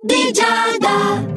di Giada.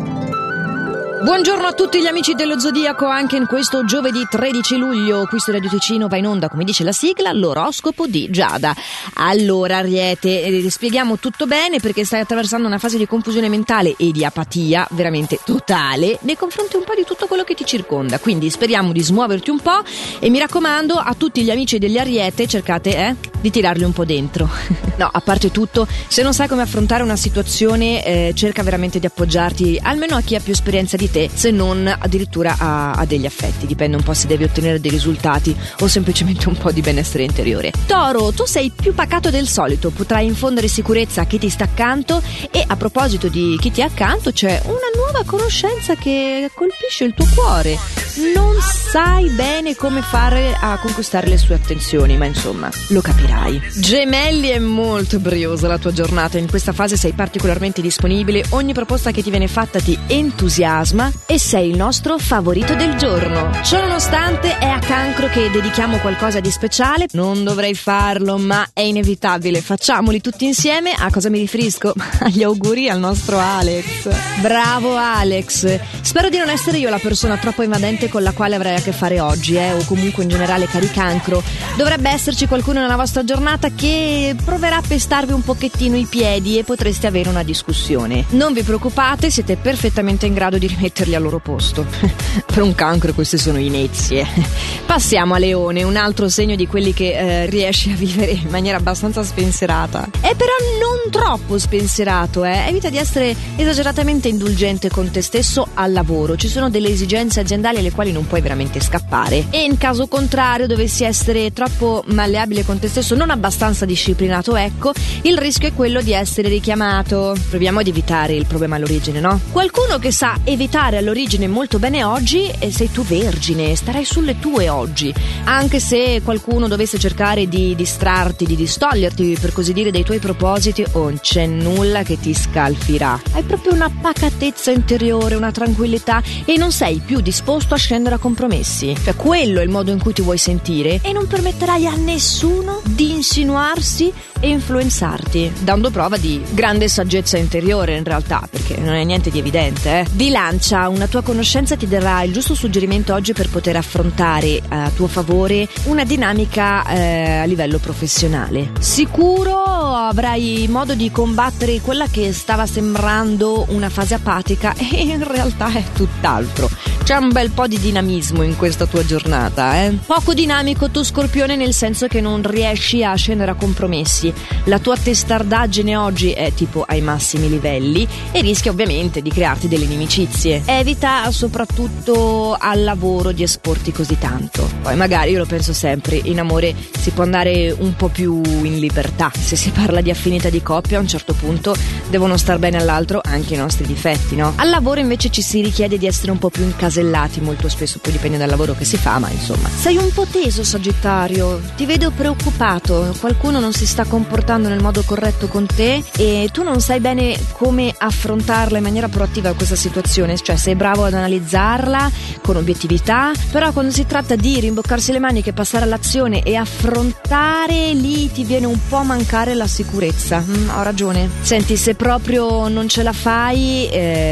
Buongiorno a tutti gli amici dello Zodiaco, anche in questo giovedì 13 luglio, qui su Radio Ticino va in onda, come dice la sigla, l'oroscopo di Giada. Allora Ariete, spieghiamo tutto bene perché stai attraversando una fase di confusione mentale e di apatia veramente totale nei confronti un po' di tutto quello che ti circonda, quindi speriamo di smuoverti un po' e mi raccomando a tutti gli amici degli Ariete cercate di tirarli un po' dentro. No, a parte tutto, se non sai come affrontare una situazione cerca veramente di appoggiarti almeno a chi ha più esperienza di te, se non addirittura a degli affetti, dipende un po' se devi ottenere dei risultati o semplicemente un po' di benessere interiore. Toro, tu sei più pacato del solito, potrai infondere sicurezza a chi ti sta accanto e a proposito di chi ti è accanto c'è una nuova conoscenza che colpisce il tuo cuore. Non sai bene come fare a conquistare le sue attenzioni, ma insomma lo capirai. Gemelli, è molto briosa la tua giornata, in questa fase sei particolarmente disponibile, ogni proposta che ti viene fatta ti entusiasma e sei il nostro favorito del giorno. Ciononostante è a Cancro che dedichiamo qualcosa di speciale, non dovrei farlo ma è inevitabile, facciamoli tutti insieme. A cosa mi riferisco? Agli auguri al nostro Alex. Bravo Alex, spero di non essere io la persona troppo invadente con la quale avrai a che fare oggi, o comunque in generale, cari Cancro. Dovrebbe esserci qualcuno nella vostra giornata che proverà a pestarvi un pochettino i piedi e potreste avere una discussione. Non vi preoccupate, siete perfettamente in grado di rimetterli al loro posto. Per un Cancro queste sono inezie. Passiamo a Leone, un altro segno di quelli che riesce a vivere in maniera abbastanza spensierata. È però non troppo spensierato, evita di essere esageratamente indulgente con te stesso al lavoro. Ci sono delle esigenze aziendali alle quali non puoi veramente scappare, e in caso contrario dovessi essere troppo malleabile con te stesso, non abbastanza disciplinato, ecco, il rischio è quello di essere richiamato. Proviamo ad evitare il problema all'origine, no? Qualcuno che sa evitare all'origine molto bene oggi sei tu, Vergine, starai sulle tue oggi, anche se qualcuno dovesse cercare di distrarti, di distoglierti per così dire dai tuoi propositi, non c'è nulla che ti scalfirà. Hai proprio una pacatezza interiore, una tranquillità e non sei più disposto a scendere a compromessi. Cioè quello è il modo in cui ti vuoi sentire e non permetterai a nessuno di insinuarsi e influenzarti, dando prova di grande saggezza interiore in realtà, perché non è niente di evidente. Bilancia, una tua conoscenza ti darà il giusto suggerimento oggi per poter affrontare a tuo favore una dinamica a livello professionale. Sicuro avrai modo di combattere quella che stava sembrando una fase apatica e in realtà è tutt'altro. C'è un bel po' di dinamismo in questa tua giornata, Poco dinamico tu, Scorpione, nel senso che non riesci a scendere a compromessi. La tua testardaggine oggi è tipo ai massimi livelli e rischia ovviamente di crearti delle inimicizie. Evita soprattutto al lavoro di esporti così tanto. Poi magari, io lo penso sempre, in amore si può andare un po' più in libertà. Se si parla di affinità di coppia, a un certo punto devono star bene all'altro anche i nostri difetti, no? Al lavoro invece ci si richiede di essere un po' più incasellati, molto spesso, poi dipende dal lavoro che si fa, ma insomma. Sei un po' teso, Sagittario, ti vedo preoccupato, qualcuno non si sta comportando nel modo corretto con te e tu non sai bene come affrontarla in maniera proattiva questa situazione, cioè sei bravo ad analizzarla con obiettività, però quando si tratta di rimboccarsi le maniche, passare all'azione e affrontare, lì ti viene un po' a mancare la sicurezza. Ho ragione. Senti, se proprio non ce la fai,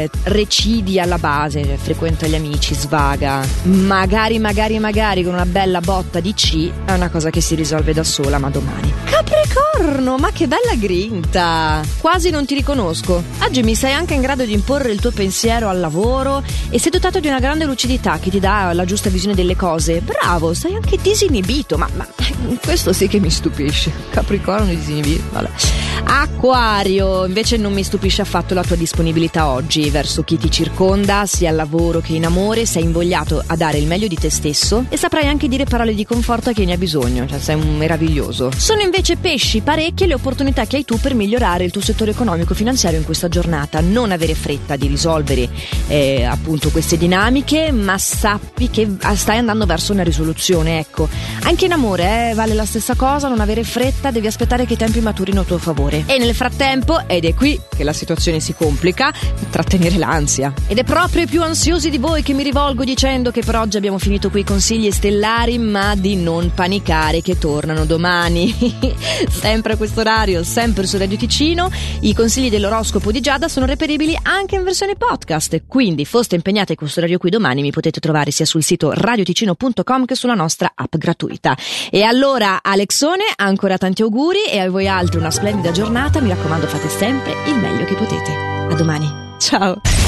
recidi alla base, frequenta gli amici, svaga, magari con una bella botta di C, è una cosa che si risolve da sola, ma domani. Capricorno, ma che bella grinta, quasi non ti riconosco. Oggi mi sei anche in grado di imporre il tuo pensiero al lavoro e sei dotato di una grande lucidità che ti dà la giusta visione delle cose. Bravo, sei anche disinibito, ma questo sì che mi stupisce. Capricorno disinibito, vabbè. Acquario, invece non mi stupisce affatto la tua disponibilità oggi verso chi ti circonda, sia al lavoro che in amore. Sei invogliato a dare il meglio di te stesso e saprai anche dire parole di conforto a chi ne ha bisogno, cioè sei un meraviglioso. Sono invece pesci parecchie le opportunità che hai tu per migliorare il tuo settore economico-finanziario in questa giornata. Non avere fretta di risolvere appunto queste dinamiche, ma sappi che stai andando verso una risoluzione, ecco. Anche in amore vale la stessa cosa, non avere fretta, devi aspettare che i tempi maturino a tuo favore. migliore. E nel frattempo, ed è qui che la situazione si complica, trattenere l'ansia. Ed è proprio ai più ansiosi di voi che mi rivolgo dicendo che per oggi abbiamo finito qui i consigli stellari, ma di non panicare che tornano domani. Sempre a questo orario, sempre su Radio Ticino. I consigli dell'oroscopo di Giada sono reperibili anche in versione podcast, quindi foste impegnate in questo orario qui domani, mi potete trovare sia sul sito radioticino.com che sulla nostra app gratuita. E allora, Alexone, ancora tanti auguri e a voi altri una splendida giornata. Mi raccomando, fate sempre il meglio che potete. A domani. Ciao.